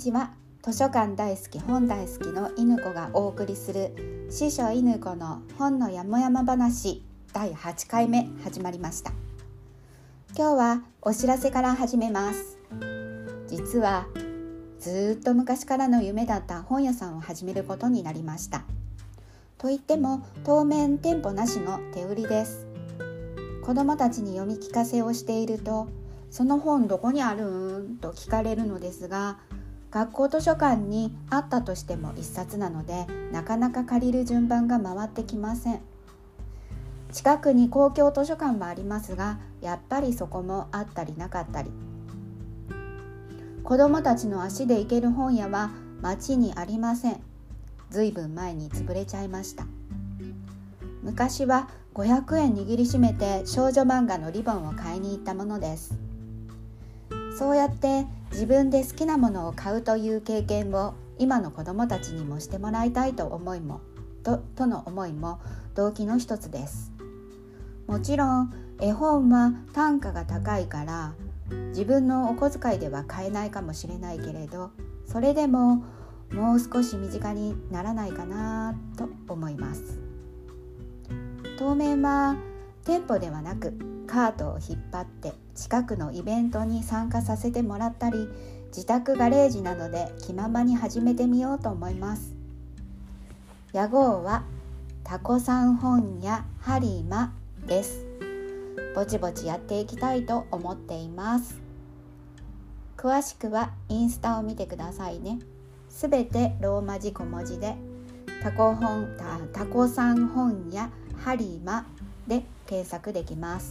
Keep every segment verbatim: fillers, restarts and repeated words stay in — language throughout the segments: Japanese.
ちは。図書館大好き本大好きの犬子がお送りする司書犬子の本のやもやま話だいはちかいめ始まりました。今日はお知らせから始めます。実はずっと昔からの夢だった本屋さんを始めることになりました。といっても当面店舗なしの手売りです。子どもたちに読み聞かせをしていると、その本どこにあるんと聞かれるのですが、学校図書館にあったとしても一冊なので、なかなか借りる順番が回ってきません。近くに公共図書館もありますが、やっぱりそこもあったりなかったり。子どもたちの足で行ける本屋は町にありません。ずいぶん前に潰れちゃいました。昔はごひゃくえん握りしめて少女漫画のリボンを買いに行ったものです。そうやって自分で好きなものを買うという経験を今の子どもたちにもしてもらいたいと思いもと、との思いも動機の一つです。もちろん絵本は単価が高いから自分のお小遣いでは買えないかもしれないけれど、それでももう少し身近にならないかなと思います。当面は店舗ではなくカートを引っ張って近くのイベントに参加させてもらったり、自宅ガレージなどで気ままに始めてみようと思います。屋号はタコさん本屋ハリマです。ぼちぼちやっていきたいと思っています。詳しくはインスタを見てくださいね。すべてローマ字小文字でタコ本タコさん本屋ハリマで検索できます。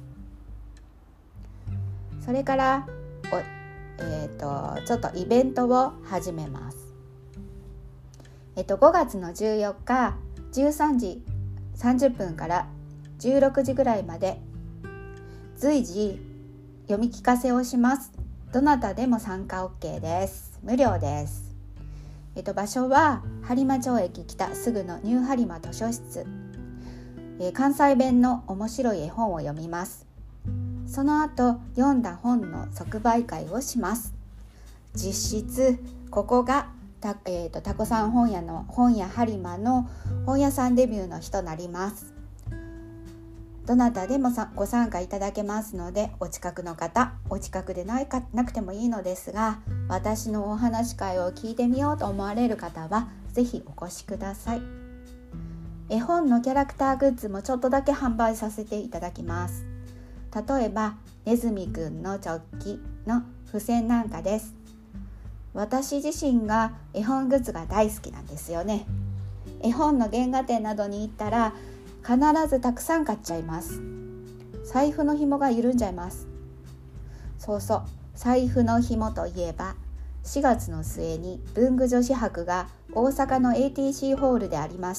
それからお、えー、とちょっとイベントを始めます。えっと、ごがつのじゅうよっかじゅうさんじさんじゅっぷんからじゅうろくじぐらいまで随時読み聞かせをします。どなたでも参加 OK です。無料です。えっと、場所は播磨町駅北すぐのニュー播磨図書室。えー、関西弁の面白い絵本を読みます。その後読んだ本の即売会をします。実質ここがた、えー、とタコさん本屋の本屋播磨の本屋さんデビューの日となります。どなたでもさご参加いただけますので、お近くの方、お近くでないかなくてもいいのですが、私のお話し会を聞いてみようと思われる方はぜひお越しください。絵本のキャラクターグッズもちょっとだけ販売させていただきます。例えばネズミくんのチョッキの付箋なんかです。私自身が絵本グッズが大好きなんですよね。絵本の原画展などに行ったら必ずたくさん買っちゃいます。財布の紐が緩んじゃいます。そうそう、財布の紐といえばしがつの末に文具女子博が大阪の エーティーシー ホールでありました。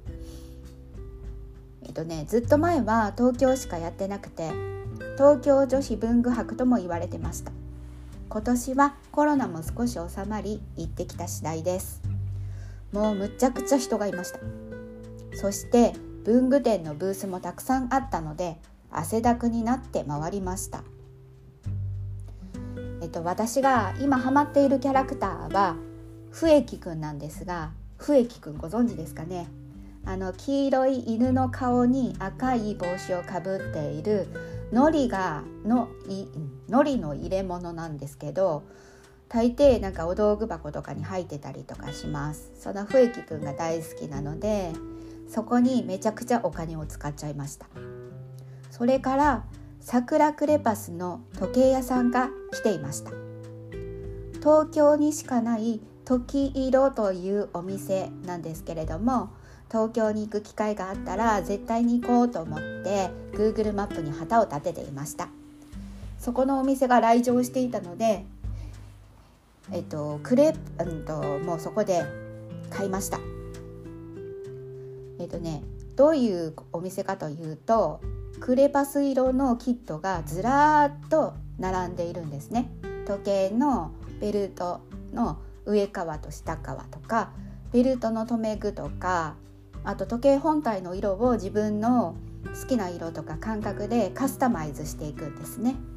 えっとね、ずっと前は東京しかやってなくて、東京女子文具博とも言われてました。今年はコロナも少し収まり行ってきた次第です。もうむちゃくちゃ人がいました。そして文具店のブースもたくさんあったので汗だくになって回りました。えっと、私が今ハマっているキャラクターは笛木くんなんですが、笛木くんご存知ですかね。あの黄色い犬の顔に赤い帽子をかぶっているのりがのいのりの入れ物なんですけど、大抵なんかお道具箱とかに入ってたりとかします。その笛木くんが大好きなので、そこにめちゃくちゃお金を使っちゃいました。それから桜クレパスの時計屋さんが来ていました。東京にしかない時色というお店なんですけれども、東京に行く機会があったら絶対に行こうと思って Google マップに旗を立てていました。そこのお店が来場していたので、えっと、クレープ、うんと、もうそこで買いました。えっとね、どういうお店かというと、クレパス色のキットがずらーっと並んでいるんですね。時計のベルトの上側と下側とか、ベルトの留め具とか、あと時計本体の色を自分の好きな色とか感覚でカスタマイズしていくんですね。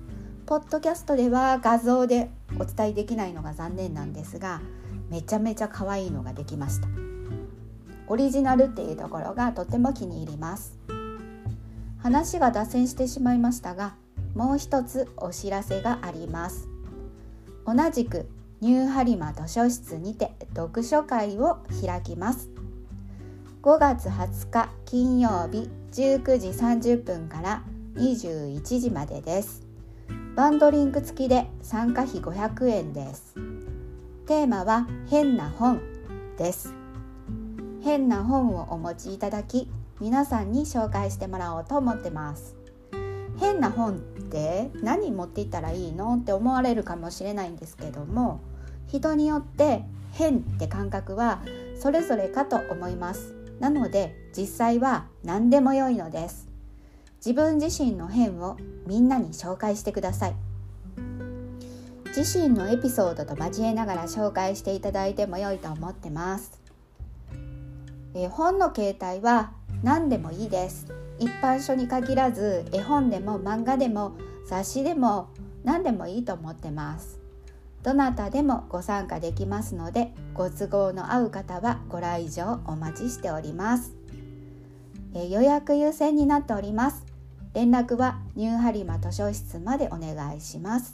ポッドキャストでは画像でお伝えできないのが残念なんですが、めちゃめちゃ可愛いのができました。オリジナルっていうところがとても気に入ります。話が脱線してしまいましたが、もう一つお知らせがあります。同じくニューハリマ図書室にて読書会を開きます。ごがつはつか金曜日じゅうくじさんじゅっぷんからにじゅういちじまでです。バンドリンク付きで参加費ごひゃくえんです。テーマは変な本です。変な本をお持ちいただき、皆さんに紹介してもらおうと思ってます。変な本って何持っていったらいいのって思われるかもしれないんですけども、人によって変って感覚はそれぞれかと思います。なので実際は何でも良いのです。自分自身の変をみんなに紹介してください。自身のエピソードと交えながら紹介していただいても良いと思ってます。え本の形態は何でもいいです。一般書に限らず、絵本でも漫画でも雑誌でも何でもいいと思ってます。どなたでもご参加できますので、ご都合の合う方はご来場お待ちしております。え予約優先になっております。連絡はニューハリマ図書室までお願いします。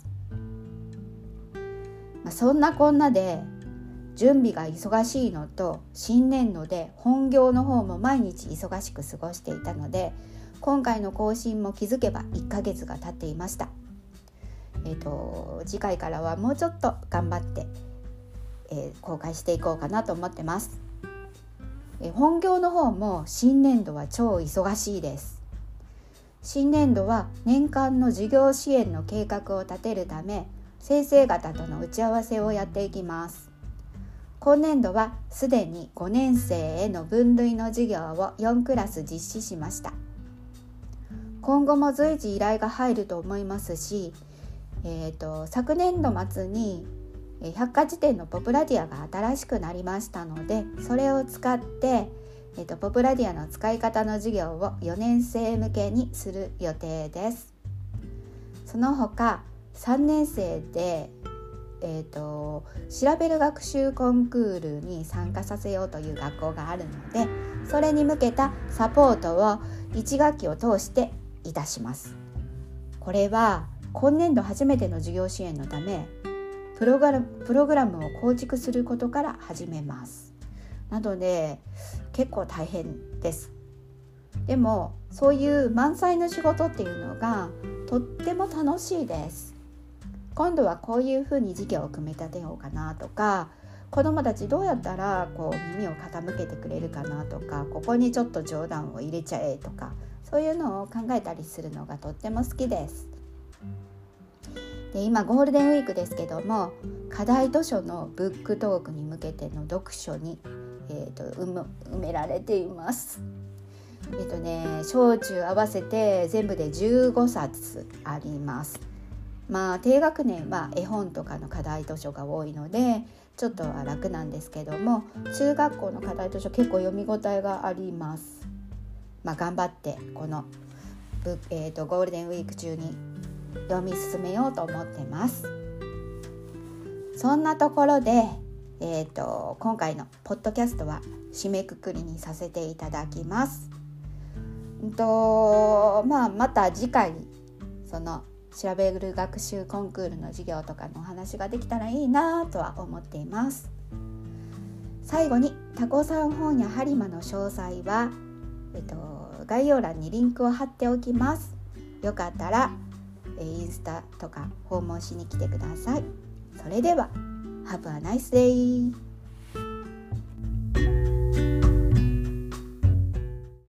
まあ、そんなこんなで準備が忙しいのと、新年度で本業の方も毎日忙しく過ごしていたので、今回の更新も気づけばいっかげつが経っていました。えーと、次回からはもうちょっと頑張って、えー、公開していこうかなと思ってます。えー、本業の方も新年度は超忙しいです。新年度は年間の事業支援の計画を立てるため、先生方との打ち合わせをやっていきます。今年度はすでにごねん生への分類の授業をよんクラス実施しました。今後も随時依頼が入ると思いますし、えーと、昨年度末に百科事典のポプラディアが新しくなりましたので、それを使って、えーと、ポプラディアの使い方の授業をよねん生向けにする予定です。その他さんねん生でえーと、調べる学習コンクールに参加させようという学校があるので、それに向けたサポートをいち学期を通していたします。これは今年度初めての授業支援のため、プログラム、プログラムを構築することから始めます。なので結構大変です。でもそういう満載の仕事っていうのがとっても楽しいです。今度はこういうふうに授業を組み立てようかなとか、子どもたちどうやったらこう耳を傾けてくれるかなとか、ここにちょっと冗談を入れちゃえとか、そういうのを考えたりするのがとっても好きです。で、今ゴールデンウィークですけども、課題図書のブックトークに向けての読書に、えーと、埋められています。えっ、ー、とね小中合わせて全部でじゅうごさつあります。まあ低学年は絵本とかの課題図書が多いのでちょっとは楽なんですけども、中学校の課題図書結構読み応えがあります。まあ頑張ってこの、えーと、ゴールデンウィーク中に読み進めようと思ってます。そんなところで、えーと、今回のポッドキャストは締めくくりにさせていただきます。うんとまあ、また次回その調べる学習コンクールの授業とかのお話ができたらいいなとは思っています。最後にタコさん本やハリマの詳細は、えっと、概要欄にリンクを貼っておきます。よかったらインスタとか訪問しに来てください。それでは Have a nice day!